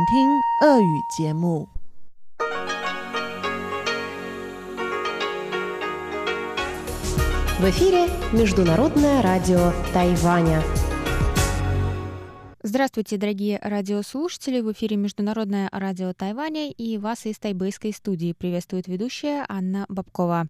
听俄语节目。 В эфире Международное радио Тайваня. Здравствуйте, дорогие радиослушатели! В эфире Международное радио Тайваня, и вас из тайбэйской студии приветствует ведущая Анна Бабкова.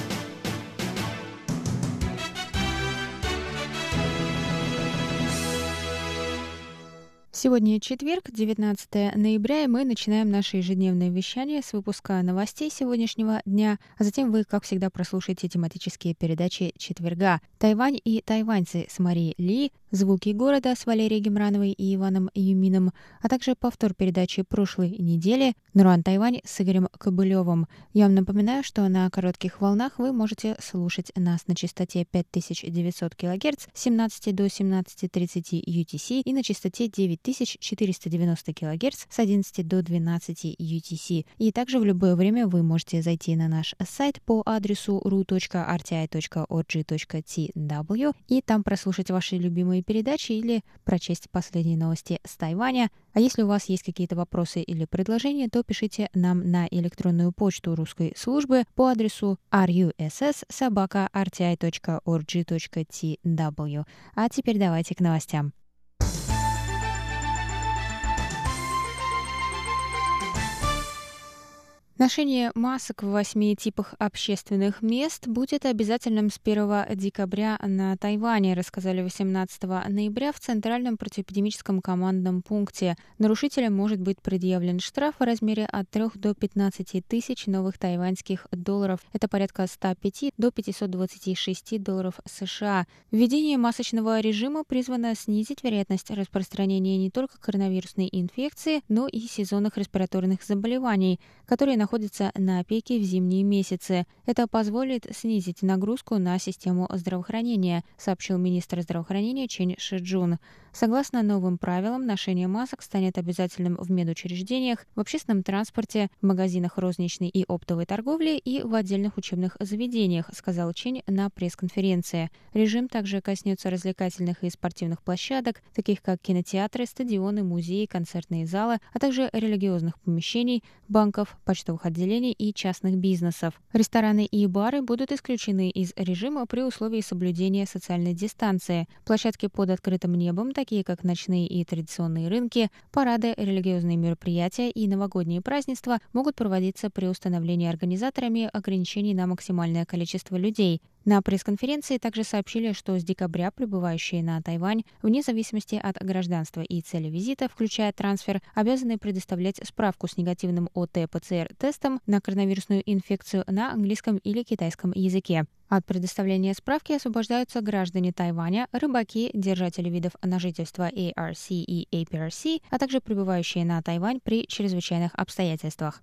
Сегодня четверг, 19 ноября, и мы начинаем наше ежедневное вещание с выпуска новостей сегодняшнего дня, а затем вы, как всегда, прослушаете тематические передачи четверга «Тайвань и тайваньцы» с Марией Ли, «Звуки города» с Валерией Гемрановой и Иваном Юмином, а также повтор передачи прошлой недели «Нуран Тайвань» с Игорем Кобылевым. Я вам напоминаю, что на коротких волнах вы можете слушать нас на частоте 5900 кГц с 17 до 17:30 UTC и на частоте 9490 кГц с 11 до 12 UTC. И также в любое время вы можете зайти на наш сайт по адресу ru.rti.org.tw и там прослушать ваши любимые передачи или прочесть последние новости с Тайваня. А если у вас есть какие-то вопросы или предложения, то пишите нам на электронную почту русской службы по адресу russ@rti.org.tw. А теперь давайте к новостям. Ношение масок в 8 типах общественных мест будет обязательным с 1 декабря на Тайване, рассказали 18 ноября в Центральном противоэпидемическом командном пункте. Нарушителям может быть предъявлен штраф в размере от 3 до 15 тысяч новых тайваньских долларов. Это порядка 105 до 526 долларов США. Введение масочного режима призвано снизить вероятность распространения не только коронавирусной инфекции, но и сезонных респираторных заболеваний, которые находятся на пике в зимние месяцы. Это позволит снизить нагрузку на систему здравоохранения, сообщил министр здравоохранения Чен Шиджун. Согласно новым правилам, ношение масок станет обязательным в медучреждениях, в общественном транспорте, в магазинах розничной и оптовой торговли и в отдельных учебных заведениях, сказал Чен на пресс-конференции. Режим также коснется развлекательных и спортивных площадок, таких как кинотеатры, стадионы, музеи, концертные залы, а также религиозных помещений, банков, почтовых отделений и частных бизнесов. Рестораны и бары будут исключены из режима при условии соблюдения социальной дистанции. Площадки под открытым небом, такие как ночные и традиционные рынки, парады, религиозные мероприятия и новогодние празднества, могут проводиться при установлении организаторами ограничений на максимальное количество людей. На пресс-конференции также сообщили, что с декабря прибывающие на Тайвань, вне зависимости от гражданства и цели визита, включая трансфер, обязаны предоставлять справку с негативным ОТ-ПЦР-тестом на коронавирусную инфекцию на английском или китайском языке. От предоставления справки освобождаются граждане Тайваня, рыбаки, держатели видов на жительство ARC и APRC, а также прибывающие на Тайвань при чрезвычайных обстоятельствах.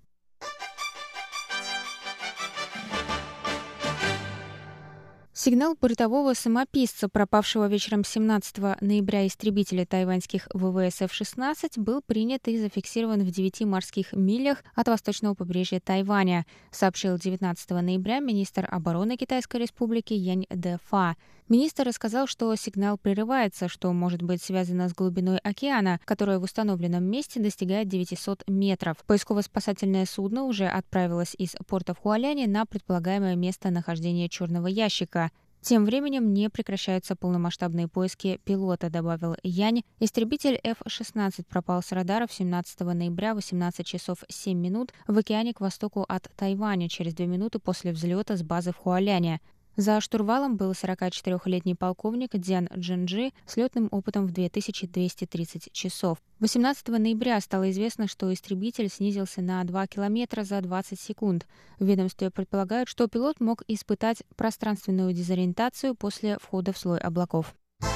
Сигнал бортового самописца, пропавшего вечером 17 ноября истребителя тайваньских ВВС F-16, был принят и зафиксирован в 9 морских милях от восточного побережья Тайваня, сообщил 19 ноября министр обороны Китайской Республики Янь Дэфа. Министр рассказал, что сигнал прерывается, что может быть связано с глубиной океана, которая в установленном месте достигает 900 метров. Поисково-спасательное судно уже отправилось из порта в Хуаляне на предполагаемое место нахождения черного ящика. Тем временем не прекращаются полномасштабные поиски пилота, добавил Янь. Истребитель F-16 пропал с радаров 17 ноября в 18 часов 7 минут в океане к востоку от Тайваня через 2 минуты после взлета с базы в Хуаляне. За штурвалом был 44-летний полковник Дзян Джинджи с летным опытом в 2230 часов. 18 ноября стало известно, что истребитель снизился на 2 километра за 20 секунд. В ведомстве предполагают, что пилот мог испытать пространственную дезориентацию после входа в слой облаков.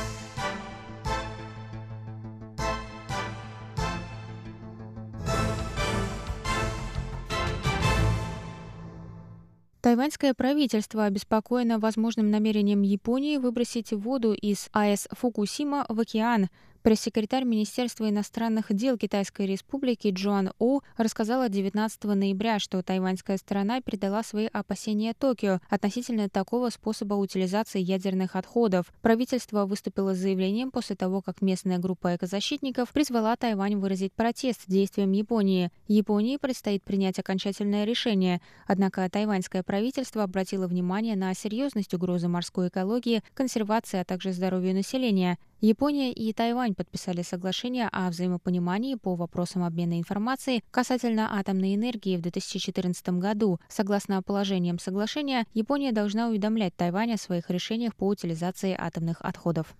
Тайваньское правительство обеспокоено возможным намерением Японии выбросить воду из АЭС Фукусима в океан. Пресс-секретарь Министерства иностранных дел Китайской Республики Джоан Оу рассказала 19 ноября, что тайваньская сторона передала свои опасения Токио относительно такого способа утилизации ядерных отходов. Правительство выступило с заявлением после того, как местная группа экозащитников призвала Тайвань выразить протест действиям Японии. Японии предстоит принять окончательное решение. Однако тайваньское правительство обратило внимание на серьезность угрозы морской экологии, консервации, а также здоровью населения. Япония и Тайвань подписали соглашение о взаимопонимании по вопросам обмена информацией касательно атомной энергии в 2014 году. Согласно положениям соглашения, Япония должна уведомлять Тайвань о своих решениях по утилизации атомных отходов.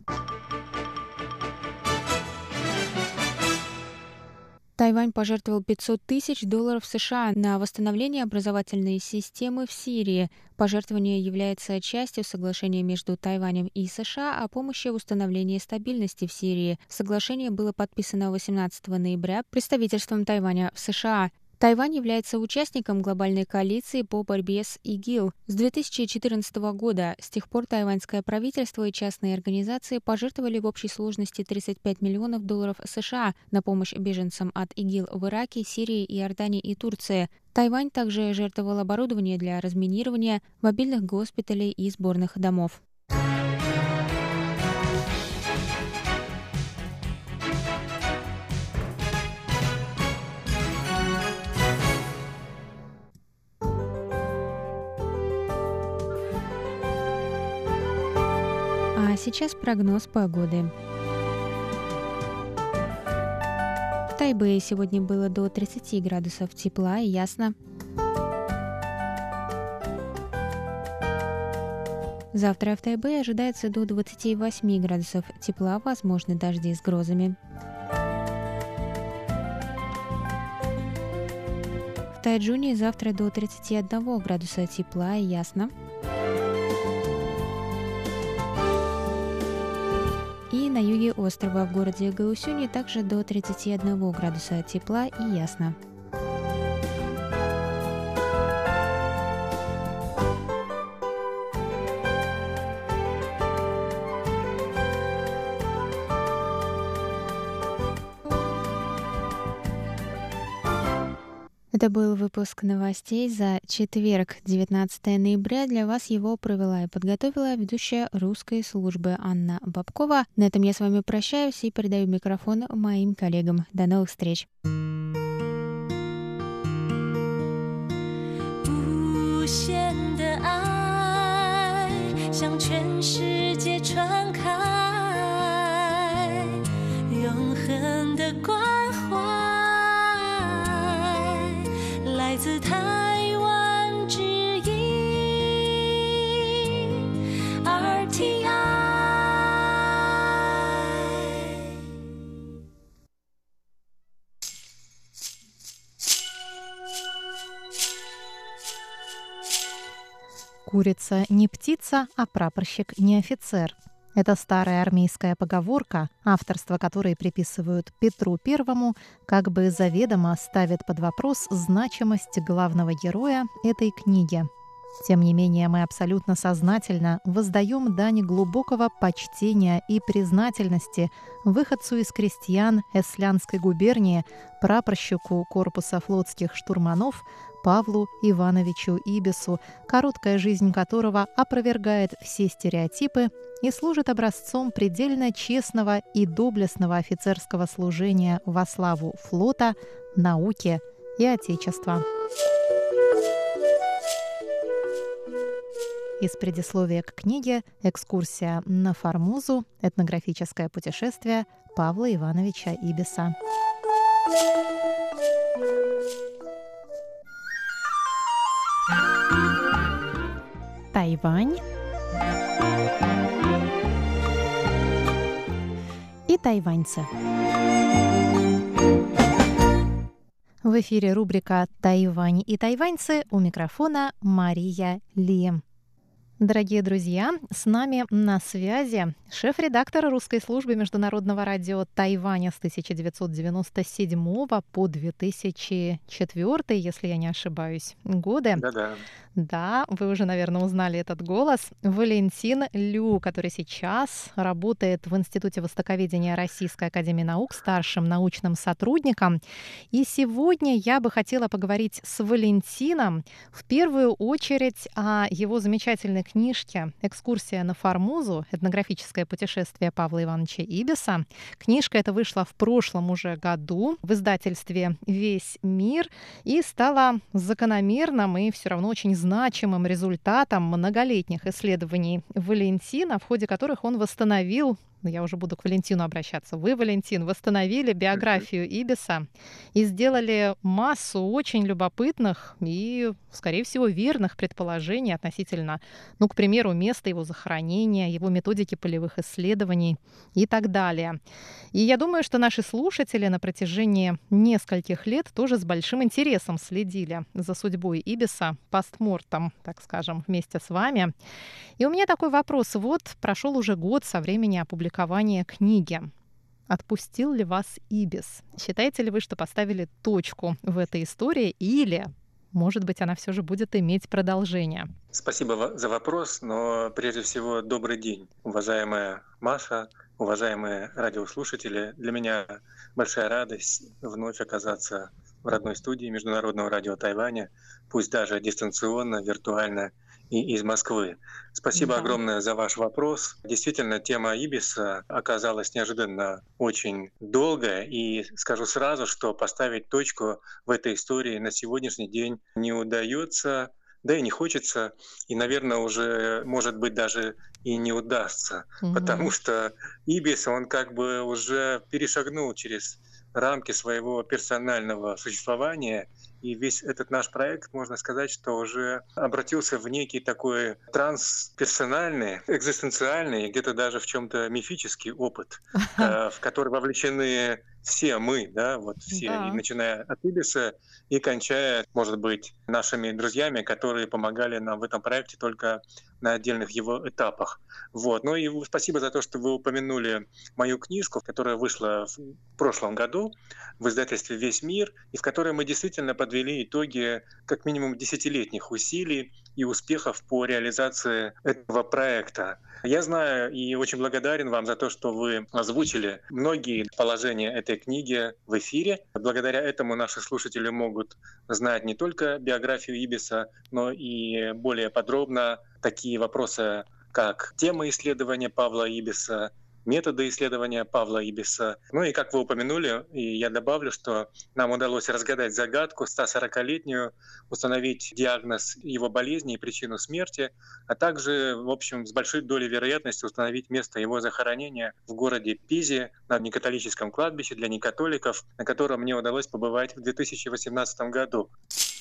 Тайвань пожертвовал $500 тысяч США на восстановление образовательной системы в Сирии. Пожертвование является частью соглашения между Тайванем и США о помощи в установлении стабильности в Сирии. Соглашение было подписано 18 ноября представительством Тайваня в США. Тайвань является участником глобальной коалиции по борьбе с ИГИЛ с 2014 года. С тех пор тайваньское правительство и частные организации пожертвовали в общей сложности $35 миллионов США на помощь беженцам от ИГИЛ в Ираке, Сирии, Иордании и Турции. Тайвань также жертвовал оборудование для разминирования, мобильных госпиталей и сборных домов. А сейчас прогноз погоды. В Тайбэе сегодня было до 30 градусов тепла и ясно. Завтра в Тайбэе ожидается до 28 градусов тепла, возможны дожди с грозами. В Тайчжуне завтра до 31 градуса тепла и ясно. И на юге острова в городе Гаосюне также до 31 градуса тепла и ясно. Это был выпуск новостей за четверг, 19 ноября. Для вас его провела и подготовила ведущая русской службы Анна Бабкова. На этом я с вами прощаюсь и передаю микрофон моим коллегам. До новых встреч! 自台湾之音 RTI。 Курица не птица, а прапорщик не офицер. Это старая армейская поговорка, авторство которой приписывают Петру I, как бы заведомо ставит под вопрос значимость главного героя этой книги. Тем не менее, мы абсолютно сознательно воздаем дань глубокого почтения и признательности выходцу из крестьян Эслянской губернии, прапорщику корпуса флотских штурманов Павлу Ивановичу Ибису, короткая жизнь которого опровергает все стереотипы и служит образцом предельно честного и доблестного офицерского служения во славу флота, науки и Отечества. Из предисловия к книге «Экскурсия на Формозу. Этнографическое путешествие» Павла Ивановича Ибиса. Тайвань и тайваньцы. В эфире рубрика «Тайвань и тайваньцы», у микрофона Мария Ли. Дорогие друзья, с нами на связи шеф-редактор русской службы международного радио Тайваня с 1997 по 2004, если я не ошибаюсь, годы. Да-да. Да, вы уже, наверное, узнали этот голос. Валентин Лю, который сейчас работает в Институте востоковедения Российской академии наук старшим научным сотрудником. И сегодня я бы хотела поговорить с Валентином в первую очередь о его замечательной книжке «Экскурсия на Формозу. Этнографическое путешествие Павла Ивановича Ибиса». Книжка эта вышла в прошлом уже году в издательстве «Весь мир» и стала закономерным и все равно очень значимым результатом многолетних исследований Валентина, в ходе которых он восстановил, я уже буду к Валентину обращаться, вы, Валентин, восстановили биографию Ибиса и сделали массу очень любопытных и, скорее всего, верных предположений относительно, к примеру, места его захоронения, его методики полевых исследований и так далее. И я думаю, что наши слушатели на протяжении нескольких лет тоже с большим интересом следили за судьбой Ибиса постмортом, так скажем, вместе с вами. И у меня такой вопрос. Вот прошел уже год со времени опубликования книги. Отпустил ли вас Ибис? Считаете ли вы, что поставили точку в этой истории или, может быть, она все же будет иметь продолжение? Спасибо за вопрос, но прежде всего добрый день, уважаемая Маша, уважаемые радиослушатели. Для меня большая радость вновь оказаться в родной студии Международного радио Тайваня, пусть даже дистанционно, виртуально и из Москвы. Спасибо огромное за ваш вопрос. Действительно, тема Ибиса оказалась неожиданно очень долгая, и скажу сразу, что поставить точку в этой истории на сегодняшний день не удается, да и не хочется, и, наверное, уже, может быть, даже и не удастся, потому что Ибис, он как бы уже перешагнул через рамки своего персонального существования, и весь этот наш проект, можно сказать, что уже обратился в некий такой трансперсональный, экзистенциальный, где-то даже в чем-то мифический опыт, в который вовлечены все мы, да, вот все, и начиная от Ибиса и кончая, может быть, нашими друзьями, которые помогали нам в этом проекте только на отдельных его этапах. Вот. Ну и спасибо за то, что вы упомянули мою книжку, которая вышла в прошлом году в издательстве «Весь мир», и в которой мы действительно подвели итоги как минимум десятилетних усилий и успехов по реализации этого проекта. Я знаю и очень благодарен вам за то, что вы озвучили многие положения этой книги в эфире. Благодаря этому наши слушатели могут знать не только биографию Ибиса, но и более подробно такие вопросы, как тема исследования Павла Ибиса, методы исследования Павла Ибиса. Ну и как вы упомянули, и я добавлю, что нам удалось разгадать загадку 140-летнюю, установить диагноз его болезни и причину смерти, а также, в общем, с большой долей вероятности установить место его захоронения в городе Пизе на некатолическом кладбище для некатоликов, на котором мне удалось побывать в 2018 году.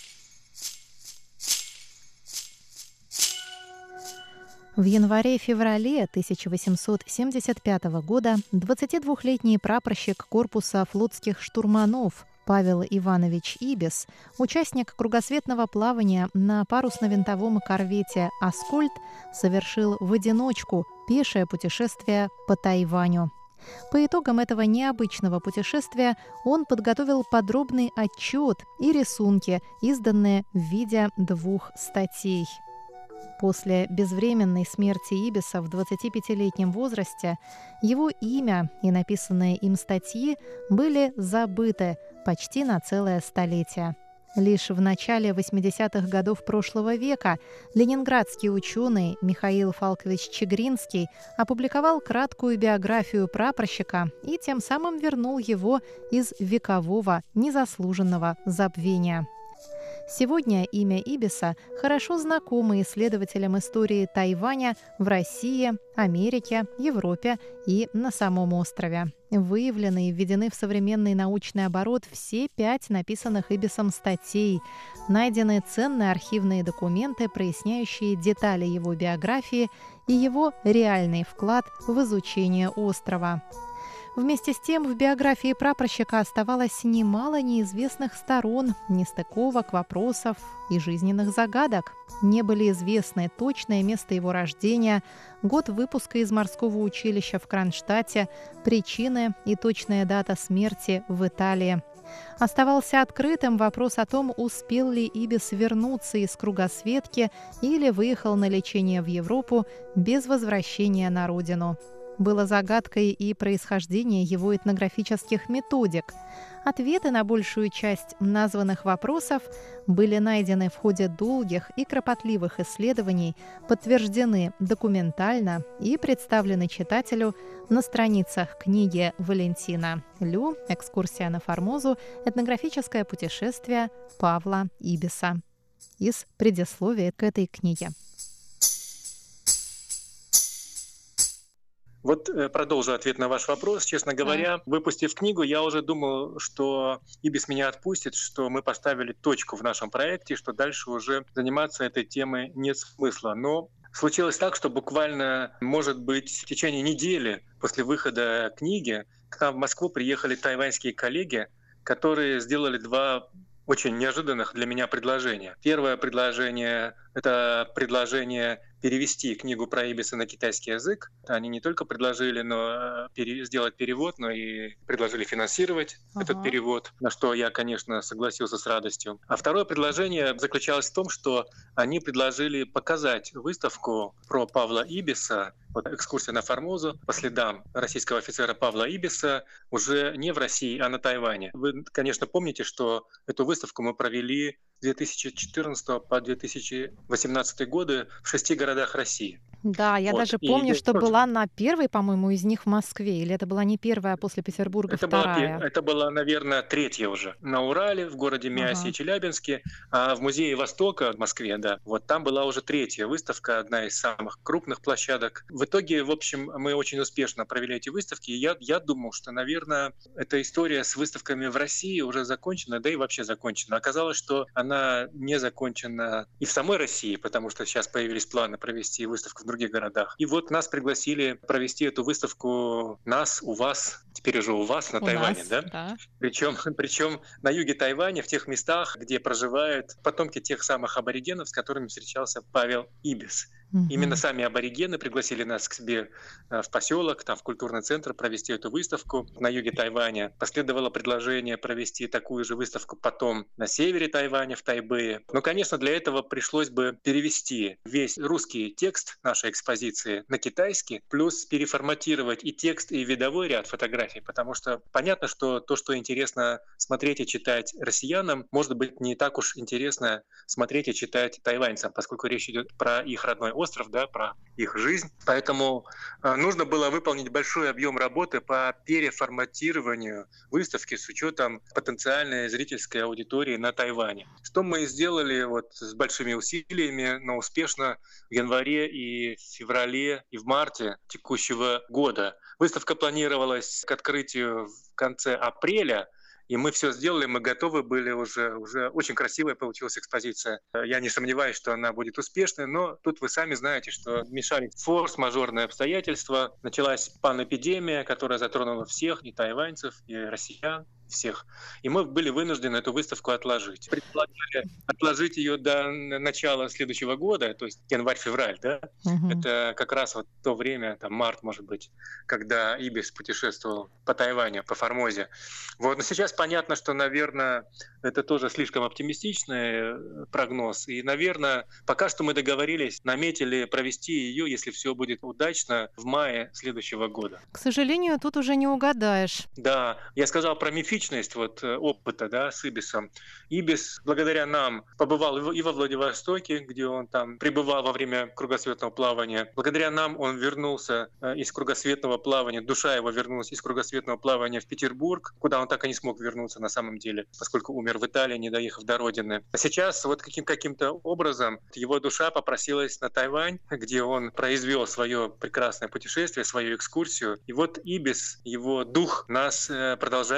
В январе-феврале 1875 года 22-летний прапорщик корпуса флотских штурманов Павел Иванович Ибис, участник кругосветного плавания на парусно-винтовом корвете «Аскольд», совершил в одиночку пешее путешествие по Тайваню. По итогам этого необычного путешествия он подготовил подробный отчет и рисунки, изданные в виде 2 статей. После безвременной смерти Ибиса в 25-летнем возрасте его имя и написанные им статьи были забыты почти на целое столетие. Лишь в начале 80-х годов прошлого века ленинградский ученый Михаил Фалкович Чегринский опубликовал краткую биографию прапорщика и тем самым вернул его из векового незаслуженного забвения. Сегодня имя Ибиса хорошо знакомо исследователям истории Тайваня в России, Америке, Европе и на самом острове. Выявлены и введены в современный научный оборот все 5 написанных Ибисом статей. Найдены ценные архивные документы, проясняющие детали его биографии и его реальный вклад в изучение острова. Вместе с тем, в биографии прапорщика оставалось немало неизвестных сторон, нестыковок, вопросов и жизненных загадок. Не были известны точное место его рождения, год выпуска из морского училища в Кронштадте, причины и точная дата смерти в Италии. Оставался открытым вопрос о том, успел ли Ибис вернуться из кругосветки или выехал на лечение в Европу без возвращения на родину. Было загадкой и происхождение его этнографических методик. Ответы на большую часть названных вопросов были найдены в ходе долгих и кропотливых исследований, подтверждены документально и представлены читателю на страницах книги Валентина Лю «Экскурсия на Формозу. Этнографическое путешествие Павла Ибиса» из предисловия к этой книге. Вот продолжу ответ на ваш вопрос. Честно говоря, выпустив книгу, я уже думал, что Ибис меня отпустит, что мы поставили точку в нашем проекте, что дальше уже заниматься этой темой нет смысла. Но случилось так, что буквально, может быть, в течение недели после выхода книги к нам в Москву приехали тайваньские коллеги, которые сделали два очень неожиданных для меня предложения. Первое предложение — это предложение перевести книгу про Ибиса на китайский язык. Они не только предложили сделать перевод, но и предложили финансировать этот перевод, на что я, конечно, согласился с радостью. А второе предложение заключалось в том, что они предложили показать выставку про Павла Ибиса, экскурсия на Формозу по следам российского офицера Павла Ибиса, уже не в России, а на Тайване. Вы, конечно, помните, что эту выставку мы провели с 2014 по 2018 годы в 6 городах России. Да, я даже помню, что была на первой, по-моему, из них в Москве. Или это была не первая, а после Петербурга вторая? Это была, наверное, третья уже. На Урале, в городе Миасе и Челябинске, а в Музее Востока в Москве, да. Вот там была уже третья выставка, одна из самых крупных площадок. В итоге, в общем, мы очень успешно провели эти выставки. И я думал, что, наверное, эта история с выставками в России уже закончена, да и вообще закончена. Оказалось, что она не закончена и в самой России, потому что сейчас появились планы провести выставку в других городах. И вот нас пригласили провести эту выставку у вас, теперь уже у вас на Тайване, да? Причем на юге Тайваня, в тех местах, где проживают потомки тех самых аборигенов, с которыми встречался Павел Ибис. Именно сами аборигены пригласили нас к себе в поселок, там в культурный центр провести эту выставку на юге Тайваня. Последовало предложение провести такую же выставку потом на севере Тайваня, в Тайбэе. Но, конечно, для этого пришлось бы перевести весь русский текст нашей экспозиции на китайский, плюс переформатировать и текст, и видовой ряд фотографий, потому что понятно, что то, что интересно смотреть и читать россиянам, может быть, не так уж интересно смотреть и читать тайваньцам, поскольку речь идет про их родной остров, да, про их жизнь. Поэтому нужно было выполнить большой объем работы по переформатированию выставки с учетом потенциальной зрительской аудитории на Тайване. Что мы сделали с большими усилиями, но успешно в январе и в феврале и в марте текущего года. Выставка планировалась к открытию в конце апреля, и мы все сделали, мы готовы были уже очень красивая получилась экспозиция. Я не сомневаюсь, что она будет успешной, но тут вы сами знаете, что мешались форс-мажорные обстоятельства. Началась панэпидемия, которая затронула всех, и тайваньцев, и россиян, всех. И мы были вынуждены эту выставку отложить. Предполагали отложить ее до начала следующего года, то есть январь-февраль, да? Это как раз то время, март, может быть, когда Ибис путешествовал по Тайваню, по Формозе. Но сейчас понятно, что, наверное, это тоже слишком оптимистичный прогноз. И, наверное, пока что мы договорились, наметили провести ее, если все будет удачно, в мае следующего года. К сожалению, тут уже не угадаешь. Да, я сказал про мифичность опыта, да, с Ибисом. Ибис, благодаря нам, побывал и во Владивостоке, где он там пребывал во время кругосветного плавания. Благодаря нам он вернулся из кругосветного плавания, душа его вернулась из кругосветного плавания в Петербург, куда он так и не смог вернуться на самом деле, поскольку умер в Италии, не доехав до родины. А сейчас каким-то образом его душа попросилась на Тайвань, где он произвел свое прекрасное путешествие, свою экскурсию. И Ибис, его дух, нас продолжает вести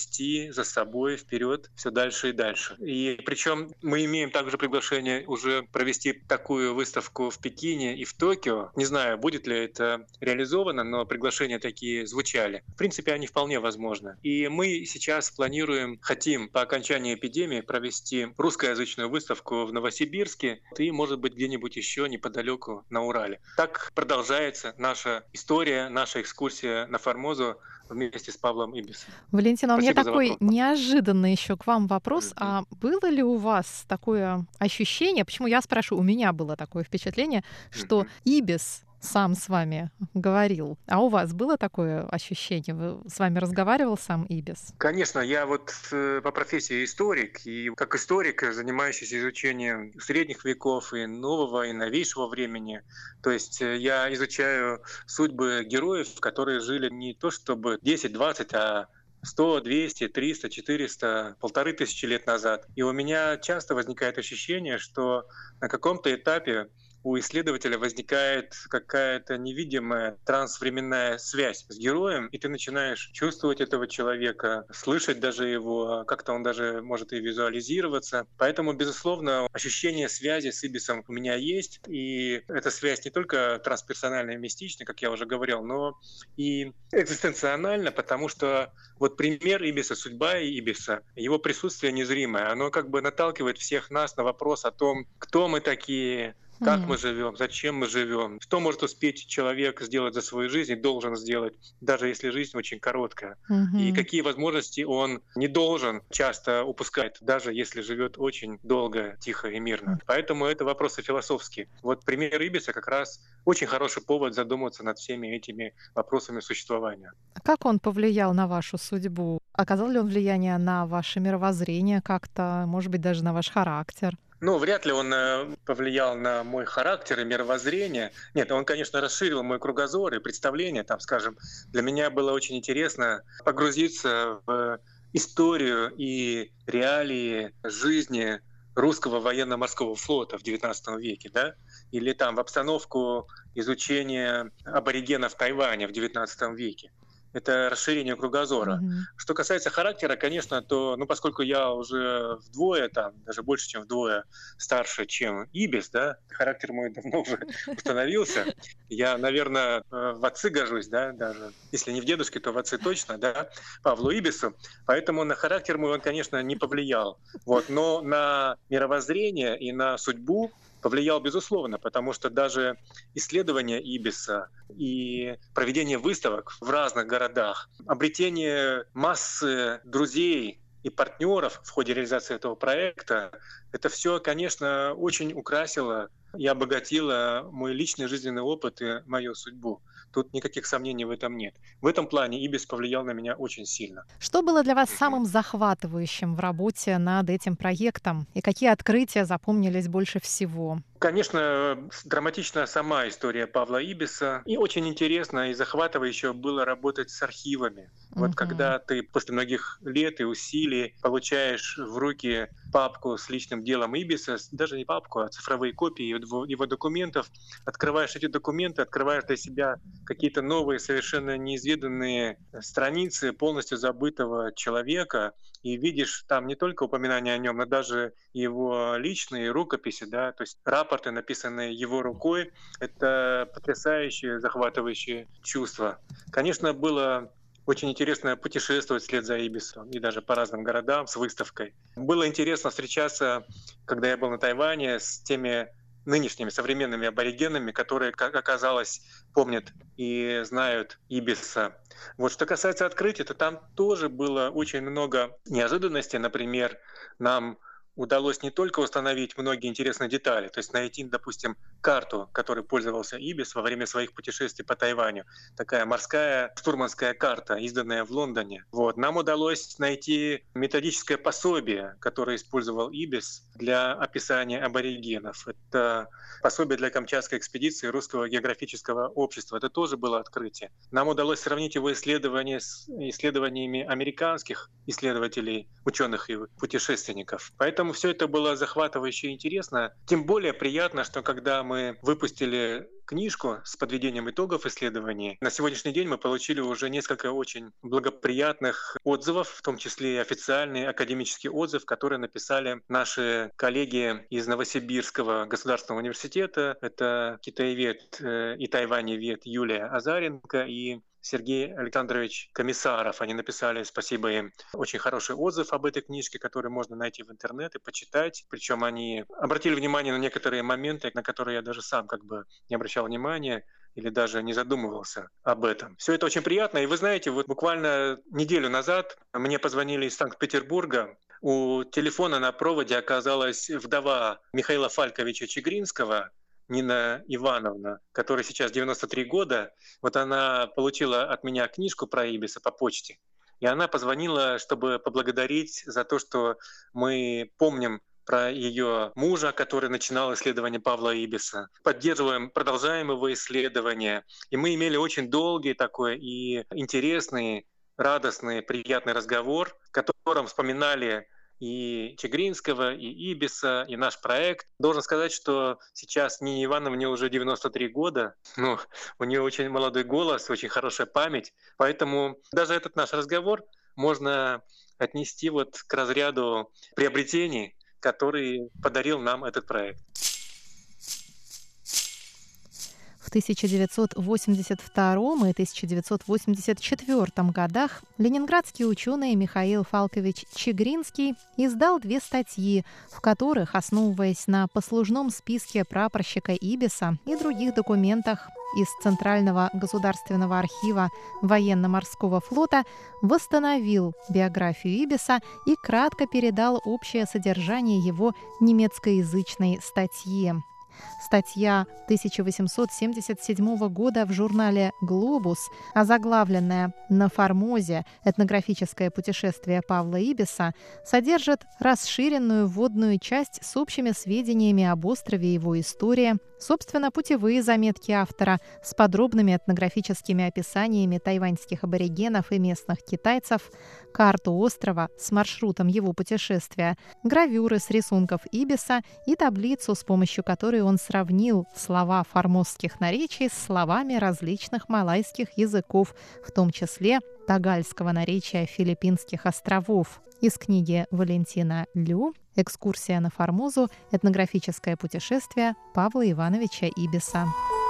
вести за собой вперед все дальше и дальше. И причем мы имеем также приглашение уже провести такую выставку в Пекине и в Токио. Не знаю, будет ли это реализовано, но приглашения такие звучали. В принципе, они вполне возможны. И мы сейчас хотим по окончании эпидемии провести русскоязычную выставку в Новосибирске и, может быть, где-нибудь еще неподалеку на Урале. Так продолжается наша история, наша экскурсия на Формозу вместе с Павлом Ибисом. Валентина, у меня Спасибо за такой вопрос. неожиданный еще к вам вопрос. А было ли у вас такое ощущение, почему я спрашиваю, у меня было такое впечатление, что Ибис сам с вами говорил. А у вас было такое ощущение? С вами разговаривал сам Ибис? Конечно, я вот по профессии историк, и как историк, занимающийся изучением средних веков и нового, и новейшего времени. То есть я изучаю судьбы героев, которые жили не то чтобы 10-20, а 100, 200, 300, 400, 1500 лет назад. И у меня часто возникает ощущение, что на каком-то этапе у исследователя возникает какая-то невидимая трансвременная связь с героем, и ты начинаешь чувствовать этого человека, слышать даже его, как-то он даже может и визуализироваться. Поэтому, безусловно, ощущение связи с Ибисом у меня есть, и эта связь не только трансперсональная и мистичная, как я уже говорил, но и экзистенциональна, потому что вот пример Ибиса, судьба Ибиса, его присутствие незримое, оно как бы наталкивает всех нас на вопрос о том, кто мы такие, как мы живем, зачем мы живем, что может успеть человек сделать за свою жизнь и должен сделать, даже если жизнь очень короткая, и какие возможности он не должен часто упускать, даже если живет очень долго, тихо и мирно. Поэтому это вопросы философские. Вот пример Ибиса как раз очень хороший повод задуматься над всеми этими вопросами существования. Как он повлиял на вашу судьбу? Оказал ли он влияние на ваше мировоззрение как-то, может быть, даже на ваш характер? Ну, вряд ли он повлиял на мой характер и мировоззрение. Нет, он, конечно, расширил мой кругозор и представление. Там, скажем, для меня было очень интересно погрузиться в историю и реалии жизни русского военно-морского флота в XIX веке, да? Или там в обстановку изучения аборигенов Тайваня в XIX веке. Это расширение кругозора. Что касается характера, конечно, то, поскольку я уже вдвое, даже больше, чем вдвое старше, чем Ибис, да, характер мой давно уже установился. Я, наверное, в отцы гожусь, да, даже. Если не в дедушке, то в отцы точно, да, Павлу Ибису. Поэтому на характер мой он, конечно, не повлиял. Вот. Но на мировоззрение и на судьбу повлиял, безусловно, потому что даже исследование Ибиса и проведение выставок в разных городах, обретение массы друзей и партнеров в ходе реализации этого проекта, это все, конечно, очень украсило и обогатило мой личный жизненный опыт и мою судьбу. Тут никаких сомнений в этом нет. В этом плане Ибис повлиял на меня очень сильно. Что было для вас самым захватывающим в работе над этим проектом? И какие открытия запомнились больше всего? Конечно, драматична сама история Павла Ибиса. И очень интересно и захватывающе было работать с архивами. Вот когда ты после многих лет и усилий получаешь в руки папку с личным делом Ибиса, даже не папку, а цифровые копии его документов, открываешь эти документы, открываешь для себя какие-то новые, совершенно неизведанные страницы полностью забытого человека, и видишь там не только упоминания о нем, но даже его личные рукописи, да, то есть рапорты, написанные его рукой. Это потрясающее, захватывающее чувство. Конечно, было очень интересно путешествовать вслед за Ибисом и даже по разным городам с выставкой. Было интересно встречаться, когда я был на Тайване, с теми нынешними современными аборигенами, которые, как оказалось, помнят и знают Ибиса. Вот что касается открытий, то там тоже было очень много неожиданностей. Например, нам удалось не только установить многие интересные детали, то есть найти, допустим, карту, которой пользовался Ибис во время своих путешествий по Тайваню. Такая морская штурманская карта, изданная в Лондоне. Вот. Нам удалось найти методическое пособие, которое использовал Ибис для описания аборигенов. Это пособие для Камчатской экспедиции Русского географического общества. Это тоже было открытие. Нам удалось сравнить его исследования с исследованиями американских исследователей, ученых и путешественников. Поэтому Поэтому все это было захватывающе и интересно. Тем более приятно, что когда мы выпустили книжку с подведением итогов исследований, на сегодняшний день мы получили уже несколько очень благоприятных отзывов, в том числе и официальный академический отзыв, который написали наши коллеги из Новосибирского государственного университета. Это китаевед и тайваневед Юлия Азаренко и Сергей Александрович Комиссаров. Они написали, спасибо им, очень хороший отзыв об этой книжке, который можно найти в интернете, почитать. Причем они обратили внимание на некоторые моменты, на которые я даже сам не обращал внимания или даже не задумывался об этом. Все это очень приятно. И вы знаете, вот буквально неделю назад мне позвонили из Санкт-Петербурга. У телефона на проводе оказалась вдова Михаила Фальковича Чигринского, Нина Ивановна, которой сейчас 93 года. Вот она получила от меня книжку про Ибиса по почте. И она позвонила, чтобы поблагодарить за то, что мы помним про ее мужа, который начинал исследование Павла Ибиса. Поддерживаем, продолжаем его исследования. И мы имели очень долгий такой и интересный, радостный, приятный разговор, в котором вспоминали и Чигринского, и Ибиса, и наш проект. Должен сказать, что сейчас Нине Ивановне уже 93 года, но у нее очень молодой голос, очень хорошая память, поэтому даже этот наш разговор можно отнести вот к разряду приобретений, который подарил нам этот проект. В 1982 и 1984 годах ленинградский ученый Михаил Фалькович Чигринский издал 2 статьи, в которых, основываясь на послужном списке прапорщика Ибиса и других документах из Центрального государственного архива военно-морского флота, восстановил биографию Ибиса и кратко передал общее содержание его немецкоязычной статьи. Статья 1877 года в журнале «Глобус», озаглавленная «На Формозе. Этнографическое путешествие Павла Ибиса», содержит расширенную вводную часть с общими сведениями об острове и его истории, собственно, путевые заметки автора с подробными этнографическими описаниями тайваньских аборигенов и местных китайцев, карту острова с маршрутом его путешествия, гравюры с рисунков Ибиса и таблицу, с помощью которой он сравнил слова формозских наречий с словами различных малайских языков, в том числе тагальского наречия Филиппинских островов. Из книги Валентина Лю «Экскурсия на Формозу. Этнографическое путешествие Павла Ивановича Ибиса».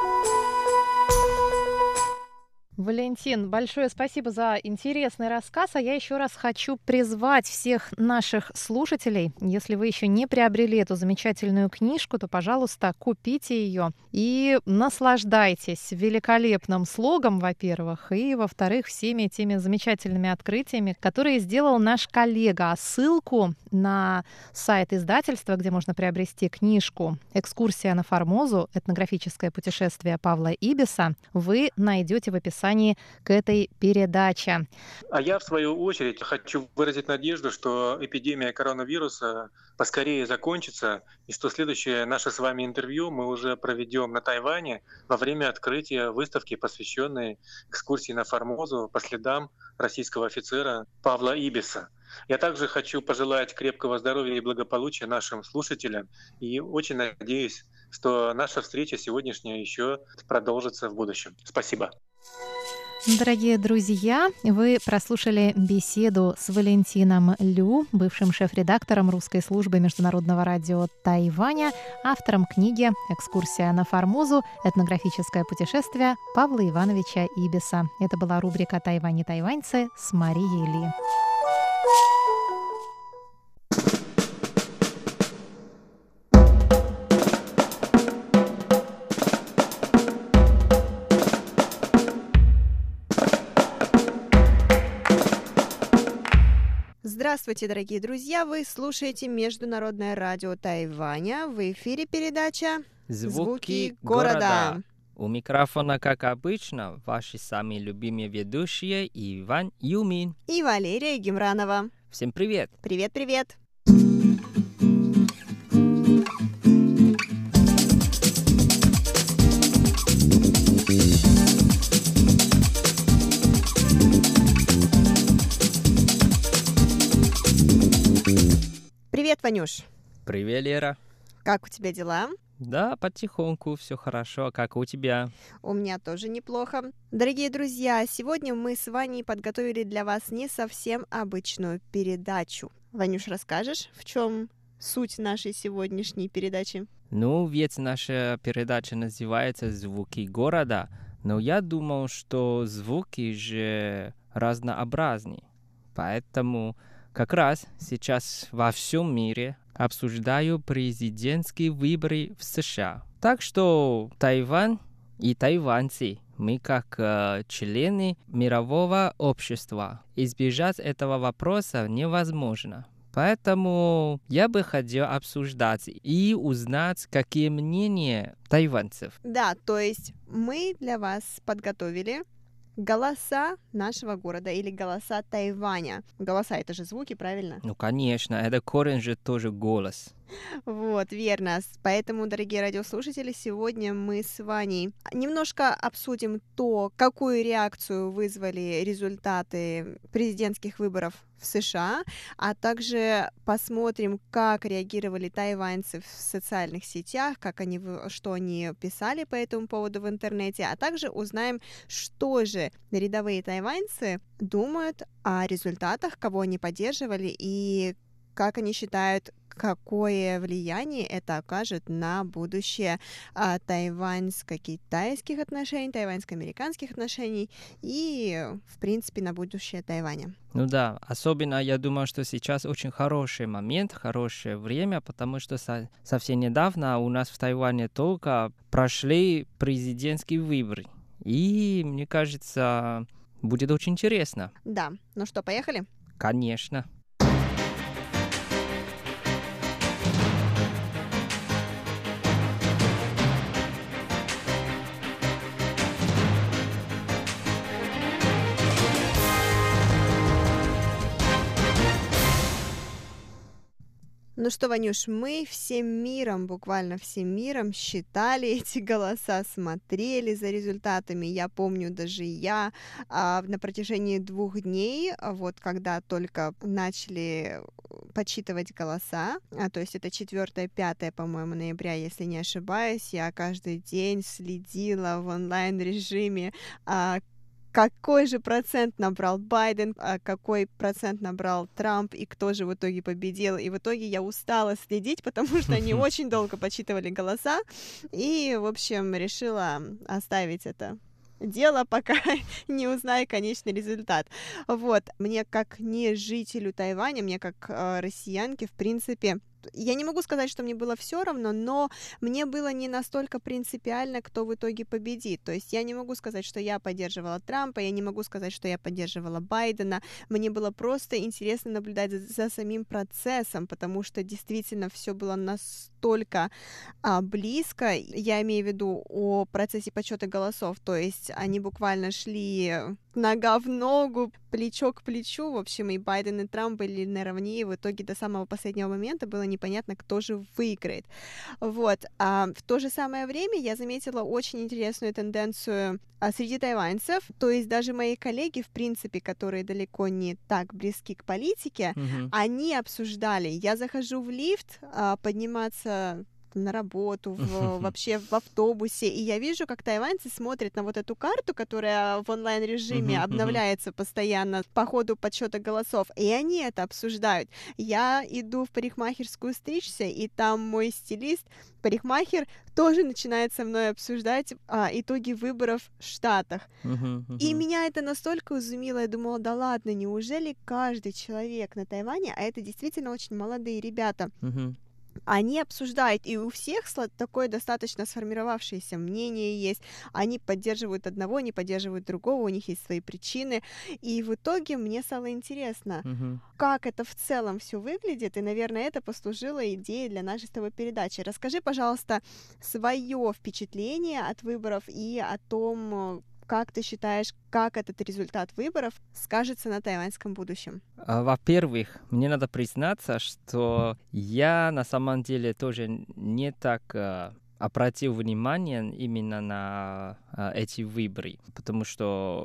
Валентин, большое спасибо за интересный рассказ. А я еще раз хочу призвать всех наших слушателей. Если вы еще не приобрели эту замечательную книжку, то, пожалуйста, купите ее и наслаждайтесь великолепным слогом, во-первых, и, во-вторых, всеми теми замечательными открытиями, которые сделал наш коллега. А ссылку на сайт издательства, где можно приобрести книжку «Экскурсия на Формозу. Этнографическое путешествие Павла Ибиса», вы найдете в описании к этой передаче. А я, в свою очередь, хочу выразить надежду, что эпидемия коронавируса поскорее закончится, и что следующее наше с вами интервью мы уже проведем на Тайване во время открытия выставки, посвященной экскурсии на Формозу по следам российского офицера Павла Ибиса. Я также хочу пожелать крепкого здоровья и благополучия нашим слушателям, и очень надеюсь, что наша встреча сегодняшняя еще продолжится в будущем. Спасибо. Дорогие друзья, вы прослушали беседу с Валентином Лю, бывшим шеф-редактором русской службы Международного радио Тайваня, автором книги «Экскурсия на Формозу. Этнографическое путешествие Павла Ивановича Ибиса». Это была рубрика «Тайвань и тайваньцы» с Марией Ли. Здравствуйте, дорогие друзья! Вы слушаете Международное радио Тайваня. В эфире передача «Звуки города». У микрофона, как обычно, ваши самые любимые ведущие Иван Юмин и Валерия Гемранова. Всем привет! Привет-привет! Привет, Ванюш. Привет, Лера. Как у тебя дела? Да, потихоньку, все хорошо. Как у тебя? У меня тоже неплохо. Дорогие друзья, сегодня мы с Ваней подготовили для вас не совсем обычную передачу. Ванюш, расскажешь, в чем суть нашей сегодняшней передачи? Ну, ведь наша передача называется «Звуки города», но я думал, что звуки же разнообразны. Поэтому как раз сейчас во всем мире обсуждаю президентские выборы в США. Так что Тайвань и тайваньцы, мы как члены мирового общества, избежать этого вопроса невозможно. Поэтому я бы хотел обсуждать и узнать, какие мнения тайваньцев. Да, то есть мы для вас подготовили голоса нашего города или голоса Тайваня. Голоса — это же звуки, правильно? Ну, конечно, это корень же тоже голос. Вот, верно. Поэтому, дорогие радиослушатели, сегодня мы с Ваней немножко обсудим то, какую реакцию вызвали результаты президентских выборов в США, а также посмотрим, как реагировали тайваньцы в социальных сетях, что они писали по этому поводу в интернете, а также узнаем, что же рядовые тайваньцы думают о результатах, кого они поддерживали и как они считают, какое влияние это окажет на будущее тайваньско-китайских отношений, тайваньско-американских отношений и, в принципе, на будущее Тайваня. Ну да, особенно я думаю, что сейчас очень хороший момент, хорошее время, потому что совсем недавно у нас в Тайване только прошли президентские выборы. И, мне кажется, будет очень интересно. Да, ну что, поехали? Конечно. Ну что, Ванюш, мы всем миром, буквально всем миром считали эти голоса, смотрели за результатами. Я помню, даже я на протяжении 2 дней, вот когда только начали подсчитывать голоса, то есть это 4-5, по-моему, ноября, если не ошибаюсь, я каждый день следила в онлайн-режиме, какой же процент набрал Байден, какой процент набрал Трамп и кто же в итоге победил. И в итоге я устала следить, потому что они очень долго подсчитывали голоса. И, в общем, решила оставить это дело, пока не узнаю конечный результат. Вот, мне как не жителю Тайваня, мне как россиянке, в принципе, я не могу сказать, что мне было все равно, но мне было не настолько принципиально, кто в итоге победит. То есть я не могу сказать, что я поддерживала Трампа, я не могу сказать, что я поддерживала Байдена. Мне было просто интересно наблюдать за самим процессом, потому что действительно все было настолько близко. Я имею в виду о процессе подсчета голосов, то есть они буквально шли нога в ногу, плечо к плечу, в общем, и Байден, и Трамп были наравне, и в итоге до самого последнего момента было непонятно, кто же выиграет. Вот. А в то же самое время я заметила очень интересную тенденцию среди тайваньцев, то есть даже мои коллеги, в принципе, которые далеко не так близки к политике, они обсуждали. Я захожу в лифт, подниматься на работу, вообще в автобусе, и я вижу, как тайваньцы смотрят на вот эту карту, которая в онлайн-режиме обновляется постоянно по ходу подсчета голосов, и они это обсуждают. Я иду в парикмахерскую стричься, и там мой стилист, парикмахер, тоже начинает со мной обсуждать итоги выборов в Штатах. И меня это настолько изумило, я думала, да ладно, неужели каждый человек на Тайване, а это действительно очень молодые ребята, они обсуждают, и у всех такое достаточно сформировавшееся мнение есть, они поддерживают одного, не поддерживают другого, у них есть свои причины, и в итоге мне стало интересно, как это в целом все выглядит, и, наверное, это послужило идеей для нашей с тобой передачи. Расскажи, пожалуйста, свое впечатление от выборов и о том, как ты считаешь, как этот результат выборов скажется на тайваньском будущем? Во-первых, мне надо признаться, что я на самом деле тоже не так обратил внимание именно на эти выборы, потому что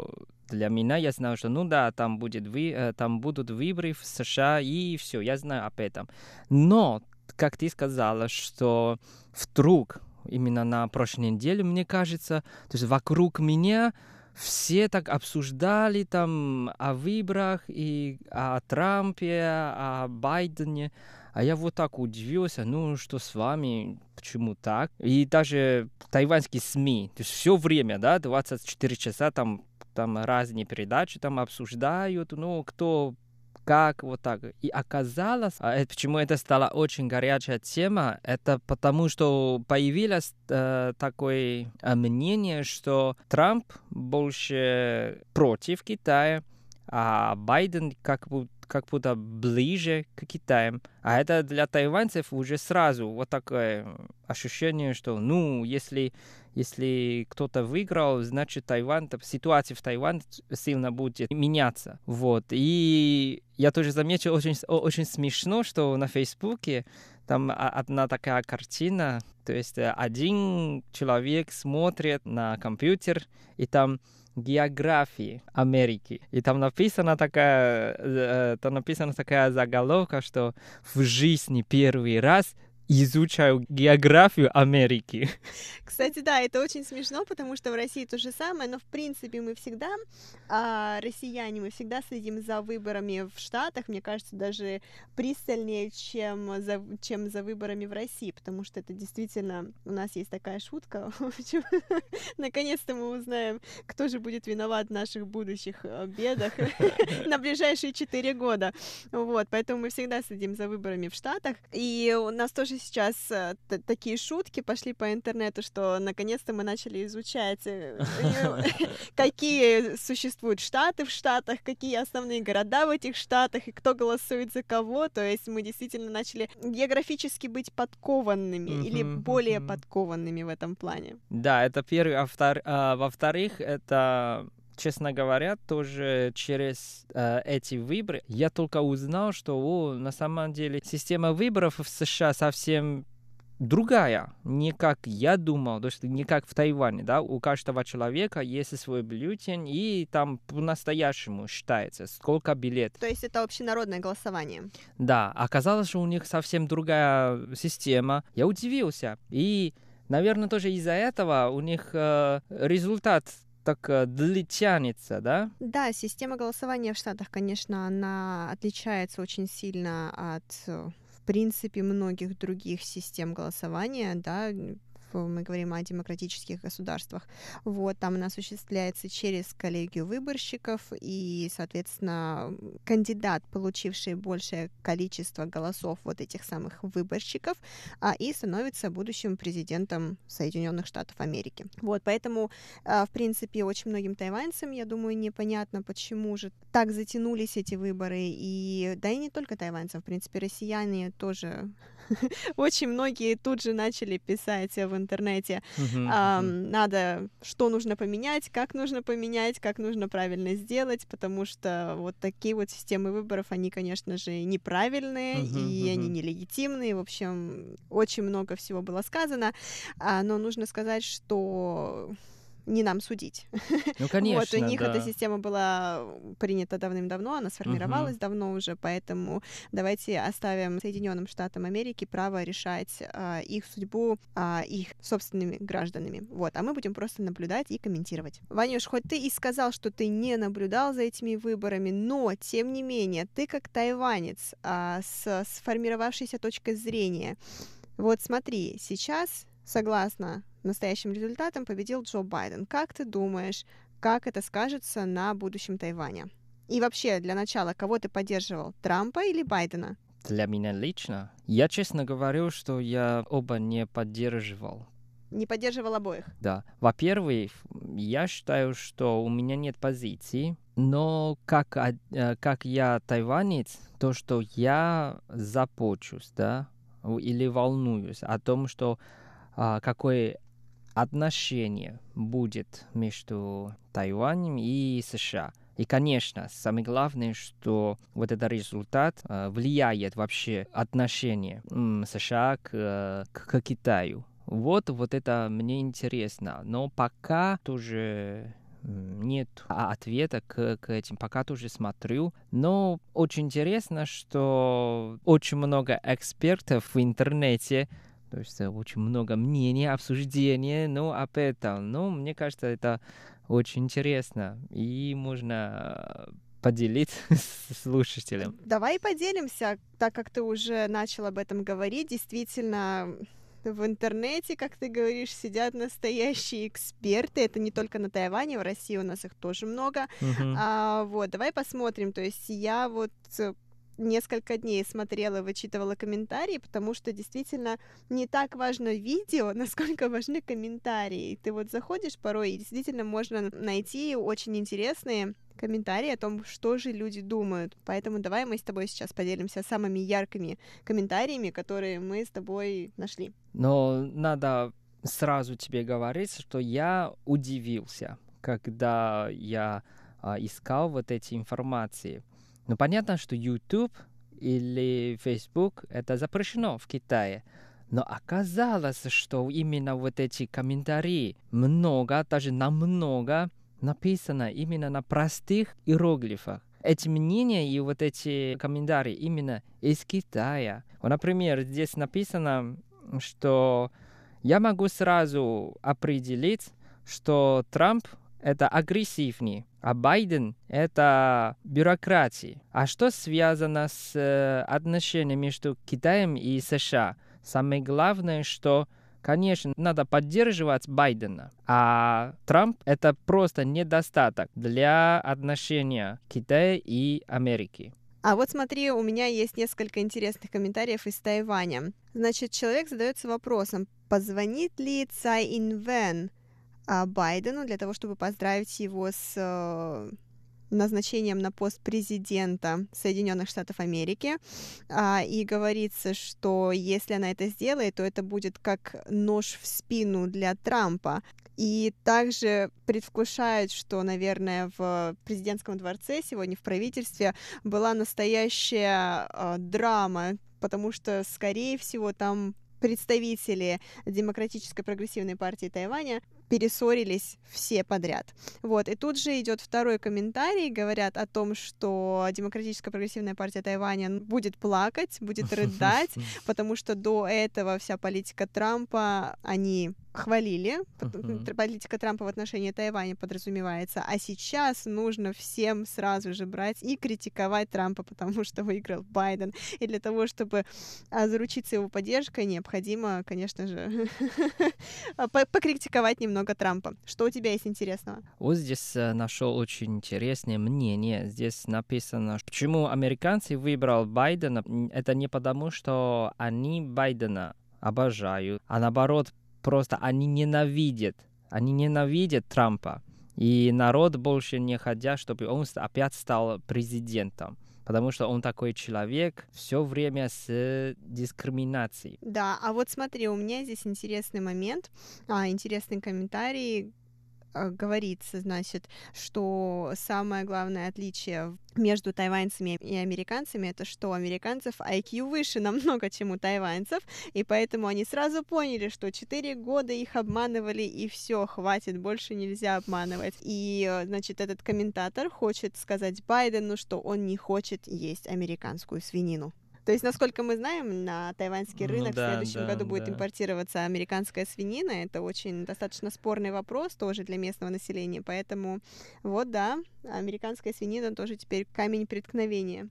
для меня я знаю, что ну да, там будут выборы в США, и все, я знаю об этом. Но, как ты сказала, что вдруг именно на прошлой неделе, мне кажется, то есть вокруг меня все так обсуждали там о выборах и о Трампе, о Байдене. А я вот так удивился, ну что с вами, почему так? И даже тайваньские СМИ, то есть все время, да, 24 часа там разные передачи там обсуждают, ну кто как, вот так. И оказалось, почему это стала очень горячая тема, это потому, что появилось такое мнение, что Трамп больше против Китая, а Байден как будто ближе к Китаю. А это для тайваньцев уже сразу вот такое ощущение, что, ну, если кто-то выиграл, значит, ситуация в Тайване сильно будет меняться. Вот. И я тоже заметил, очень смешно, что на Фейсбуке там одна такая картина, то есть один человек смотрит на компьютер, и там географии Америки. И там написана такая заголовка, что в жизни первый раз изучаю географию Америки. Кстати, да, это очень смешно, потому что в России то же самое, но в принципе мы всегда, россияне, мы всегда следим за выборами в Штатах, мне кажется, даже пристальнее, чем за выборами в России, потому что это действительно, у нас есть такая шутка, в общем, наконец-то мы узнаем, кто же будет виноват в наших будущих бедах на ближайшие 4 года, вот, поэтому мы всегда следим за выборами в Штатах, и у нас тоже сейчас такие шутки пошли по интернету, что наконец-то мы начали изучать, какие существуют штаты в Штатах, какие основные города в этих штатах, и кто голосует за кого, то есть мы действительно начали географически быть подкованными или более подкованными в этом плане. Да, это первое. Во-вторых, это... Честно говоря, тоже через эти выборы я только узнал, что на самом деле система выборов в США совсем другая, не как я думал, то есть не как в Тайване, да, у каждого человека есть свой бюллетень, и там по-настоящему считается, сколько билетов. То есть это общенародное голосование? Да, оказалось, что у них совсем другая система. Я удивился, и, наверное, тоже из-за этого у них результат так тянется, да? Да, система голосования в Штатах, конечно, она отличается очень сильно от, в принципе, многих других систем голосования, да, мы говорим о демократических государствах. Вот, там она осуществляется через коллегию выборщиков, и, соответственно, кандидат, получивший большее количество голосов вот этих самых выборщиков, и становится будущим президентом Соединенных Штатов Америки. Вот, поэтому, в принципе, очень многим тайваньцам, я думаю, непонятно, почему же так затянулись эти выборы, и да и не только тайваньцам, в принципе, россияне тоже... Очень многие тут же начали писать в интернете, надо, что нужно поменять, как нужно правильно сделать, потому что вот такие вот системы выборов, они, конечно же, неправильные, и они нелегитимные, в общем, очень много всего было сказано, но нужно сказать, что... не нам судить. Ну, конечно, вот, у них да. эта система была принята давным-давно, она сформировалась давно уже, поэтому давайте оставим Соединенным Штатам Америки право решать их судьбу их собственными гражданами. Вот, а мы будем просто наблюдать и комментировать. Ванюш, хоть ты и сказал, что ты не наблюдал за этими выборами, но, тем не менее, ты как тайванец с сформировавшейся точкой зрения, вот смотри, сейчас, согласно настоящим результатом, победил Джо Байден. Как ты думаешь, как это скажется на будущем Тайваня? И вообще, для начала, кого ты поддерживал, Трампа или Байдена? Для меня лично? Я честно говорю, что я оба не поддерживал. Не поддерживал обоих? Да. Во-первых, я считаю, что у меня нет позиции, но как я тайванец, то, что я започусь, да, или волнуюсь о том, что какое отношение будет между Тайванем и США. И, конечно, самое главное, что вот этот результат влияет вообще отношение США к Китаю. Вот это мне интересно. Но пока тоже нет ответа к этим. Пока тоже смотрю. Но очень интересно, что очень много экспертов в интернете, то есть очень много мнений, обсуждений, об этом. Мне кажется, это очень интересно. И можно поделиться с слушателем. Давай поделимся, так как ты уже начал об этом говорить. Действительно, в интернете, как ты говоришь, сидят настоящие эксперты. Это не только на Тайване, в России у нас их тоже много. Давай посмотрим. То есть я несколько дней смотрела, вычитывала комментарии, потому что действительно не так важно видео, насколько важны комментарии. Ты заходишь порой, и действительно можно найти очень интересные комментарии о том, что же люди думают. Поэтому давай мы с тобой сейчас поделимся самыми яркими комментариями, которые мы с тобой нашли. Но надо сразу тебе говорить, что я удивился, когда я искал эти информации. Понятно, что YouTube или Facebook это запрещено в Китае. Но оказалось, что именно эти комментарии много, даже намного написано именно на простых иероглифах. Эти мнения и эти комментарии именно из Китая. Например, здесь написано, что я могу сразу определить, что Трамп это агрессивнее, а Байден — это бюрократия. А что связано с отношениями между Китаем и США? Самое главное, что, конечно, надо поддерживать Байдена, а Трамп — это просто недостаток для отношения Китая и Америки. А смотри, у меня есть несколько интересных комментариев из Тайваня. Значит, человек задается вопросом, позвонит ли Цай Инвэн Байдену для того, чтобы поздравить его с назначением на пост президента Соединенных Штатов Америки. И говорится, что если она это сделает, то это будет как нож в спину для Трампа. И также предвкушают, что, наверное, в президентском дворце сегодня в правительстве была настоящая драма, потому что, скорее всего, там представители Демократической прогрессивной партии Тайваня перессорились все подряд. И тут же идет второй комментарий, говорят о том, что Демократическая прогрессивная партия Тайваня будет плакать, будет рыдать, потому что до этого вся политика Трампа они хвалили, политика Трампа в отношении Тайваня подразумевается, а сейчас нужно всем сразу же брать и критиковать Трампа, потому что выиграл Байден, и для того, чтобы заручиться его поддержкой, необходимо, конечно же, покритиковать немного Трампа. Что у тебя есть интересного? Здесь нашел очень интересное мнение. Здесь написано, почему американцы выбрали Байдена. Это не потому, что они Байдена обожают, а наоборот, просто они ненавидят Трампа. И народ больше не хотят, чтобы он опять стал президентом. Потому что он такой человек все время с дискриминацией. Да, смотри, у меня здесь интересный момент, интересный комментарий. Говорится, значит, что самое главное отличие между тайваньцами и американцами — это что у американцев IQ выше намного, чем у тайваньцев, и поэтому они сразу поняли, что 4 года их обманывали, и все, хватит, больше нельзя обманывать. И, значит, этот комментатор хочет сказать Байдену, что он не хочет есть американскую свинину. То есть, насколько мы знаем, на тайваньский рынок в следующем году будет импортироваться американская свинина. Это очень достаточно спорный вопрос тоже для местного населения. Поэтому, американская свинина тоже теперь камень преткновения.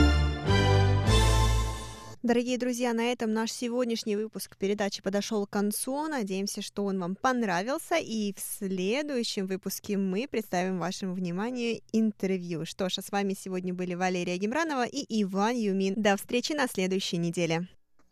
Дорогие друзья, на этом наш сегодняшний выпуск передачи подошел к концу. Надеемся, что он вам понравился. И в следующем выпуске мы представим вашему вниманию интервью. Что ж, а с вами сегодня были Валерия Гемранова и Иван Юмин. До встречи на следующей неделе.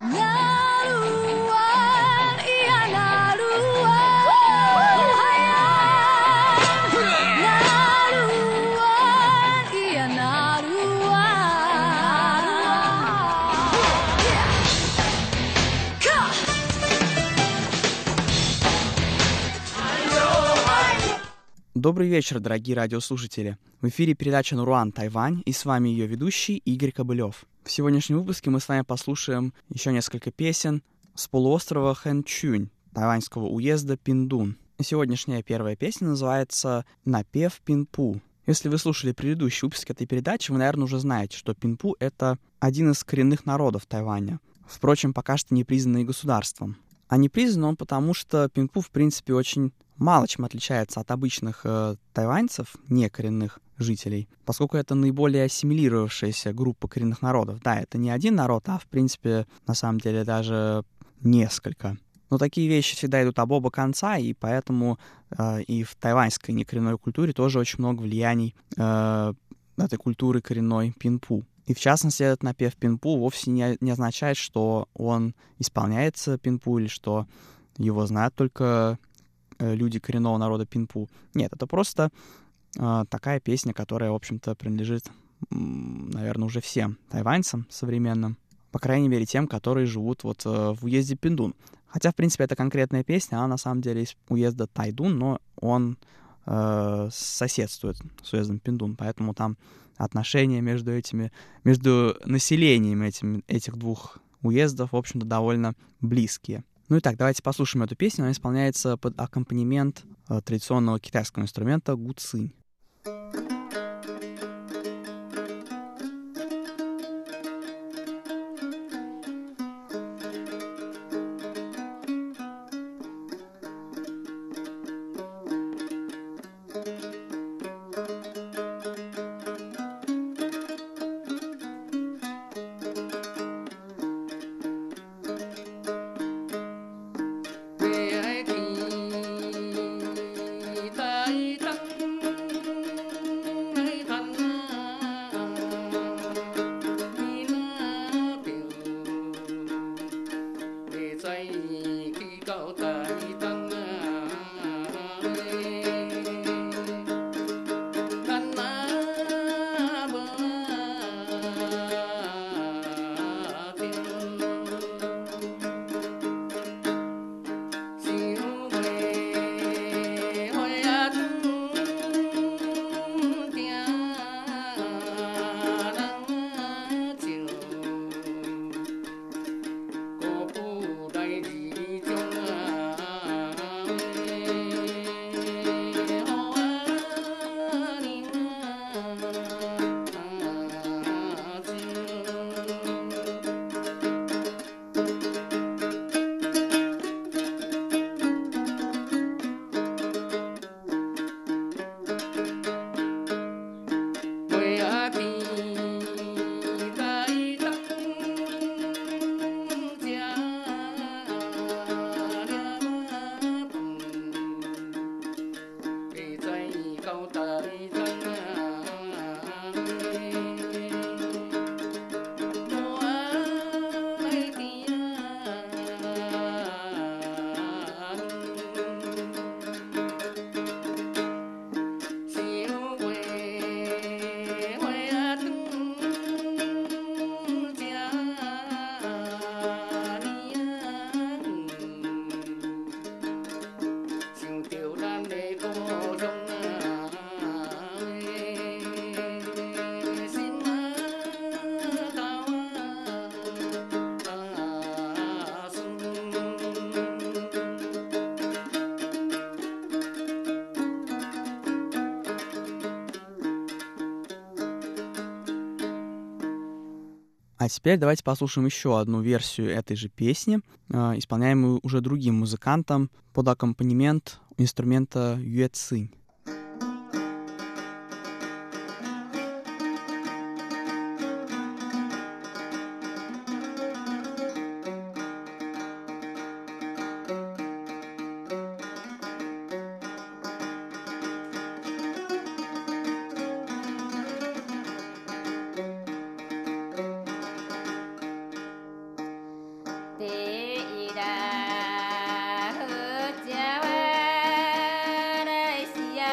Добрый вечер, дорогие радиослушатели. В эфире передача «Наруан. Тайвань», и с вами ее ведущий Игорь Кобылев. В сегодняшнем выпуске мы с вами послушаем еще несколько песен с полуострова Хэнчунь, тайваньского уезда Пиндун. Сегодняшняя первая песня называется «Напев Пинпу». Если вы слушали предыдущий выпуск этой передачи, вы, наверное, уже знаете, что Пинпу — это один из коренных народов Тайваня. Впрочем, пока что не признанный государством. А не признан он потому, что Пинпу, в принципе, очень мало чем отличается от обычных тайваньцев, не коренных жителей, поскольку это наиболее ассимилировавшаяся группа коренных народов. Да, это не один народ, а, в принципе, на самом деле даже несколько. Но такие вещи всегда идут об оба конца, и поэтому и в тайваньской некоренной культуре тоже очень много влияний этой культуры коренной Пинпу. И в частности, этот напев Пинпу вовсе не означает, что он исполняется Пинпу или что его знают только люди коренного народа Пинпу. Нет, это просто такая песня, которая, в общем-то, принадлежит, наверное, уже всем тайваньцам современным, по крайней мере, тем, которые живут вот в уезде Пиндун. Хотя, в принципе, это конкретная песня, она на самом деле из уезда Тайдун, но он соседствует с уездом Пиндун, поэтому там отношения между населением этих двух уездов, в общем-то, довольно близкие. Ну и так, давайте послушаем эту песню. Она исполняется под аккомпанемент традиционного китайского инструмента гуцинь. А теперь давайте послушаем еще одну версию этой же песни, исполняемую уже другим музыкантом под аккомпанемент инструмента юэцинь. Hãy subscribe cho kênh Ghiền Mì Gõ để không bỏ lỡ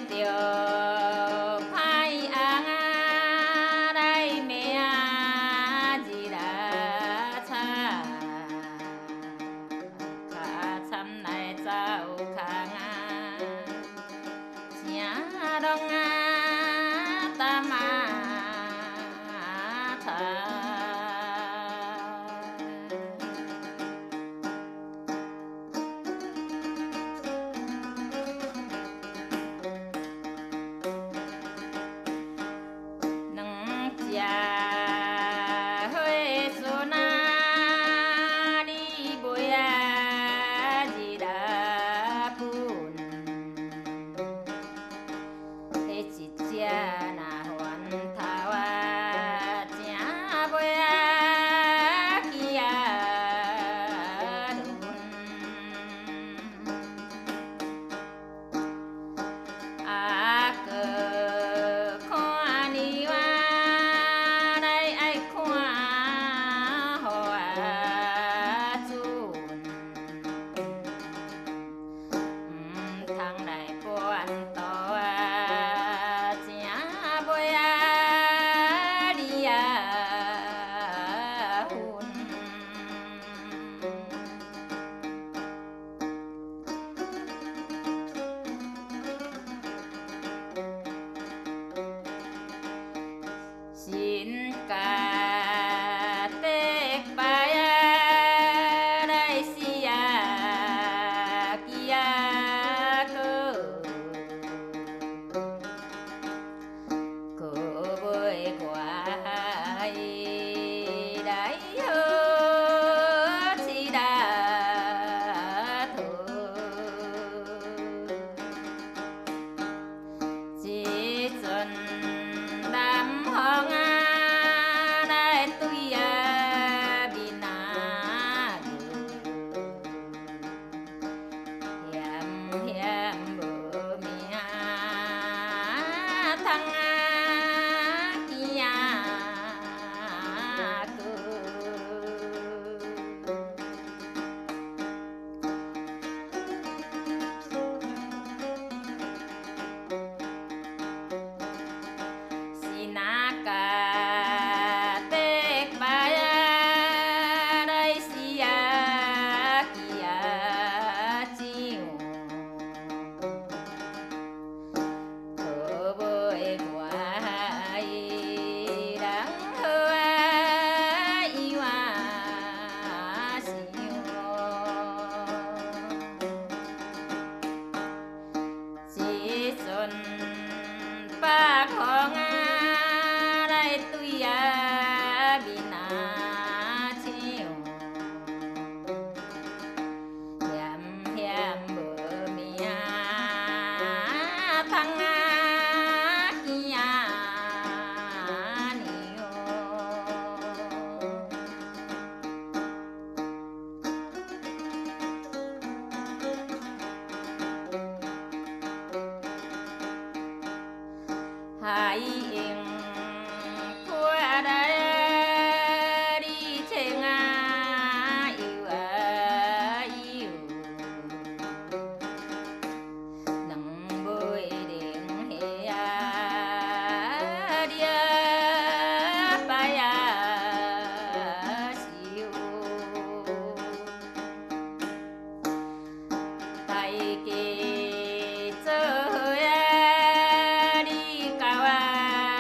Hãy subscribe cho kênh Ghiền Mì Gõ để không bỏ lỡ những video hấp dẫn. 大家做伙啊，你甲我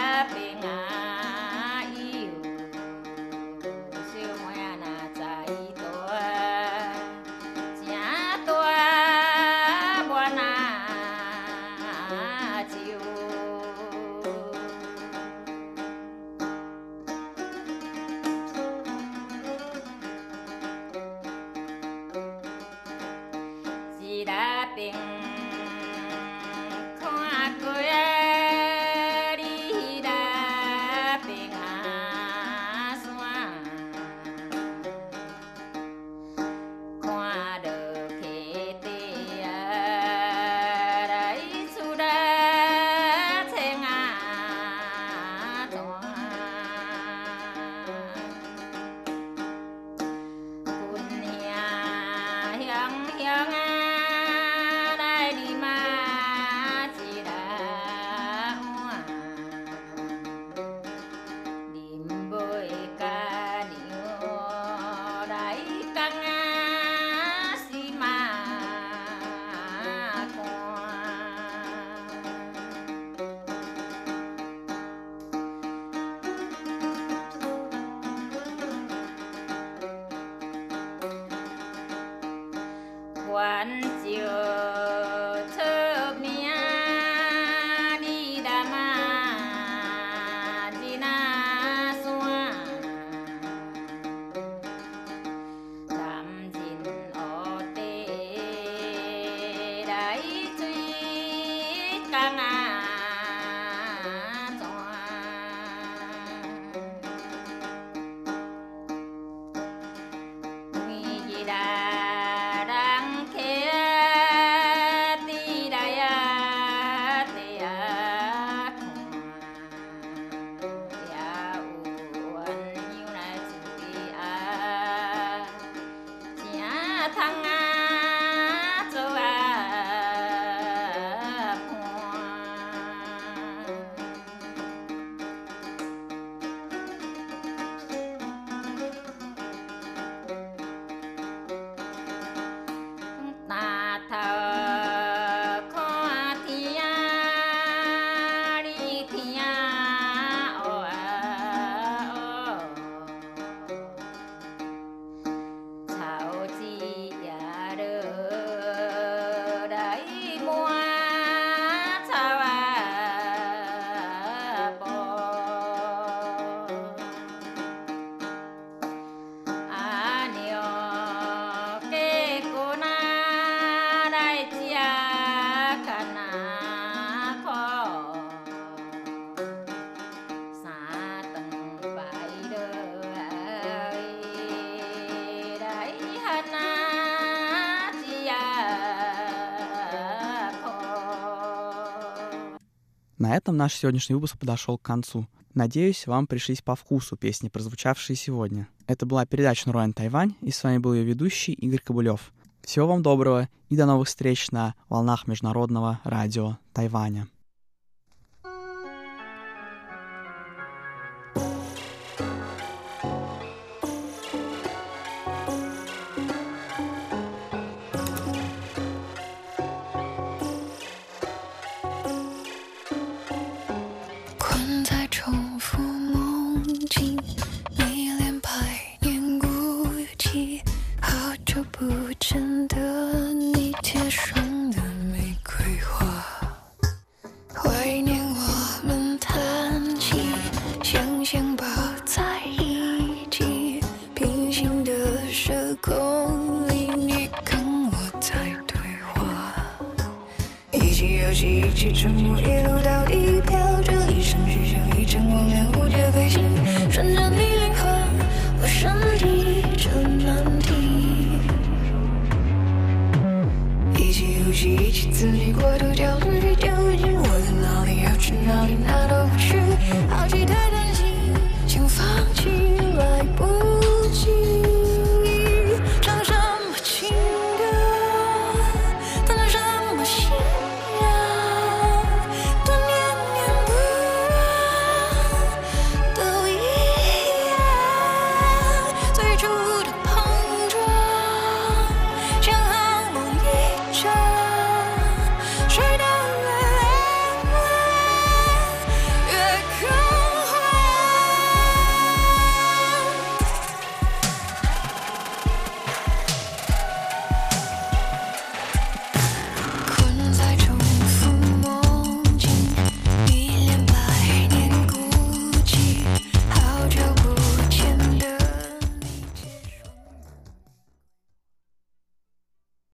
На этом наш сегодняшний выпуск подошел к концу. Надеюсь, вам пришлись по вкусу песни, прозвучавшие сегодня. Это была передача «Нурань Тайвань», и с вами был ее ведущий Игорь Кобылев. Всего вам доброго и до новых встреч на волнах Международного радио Тайваня.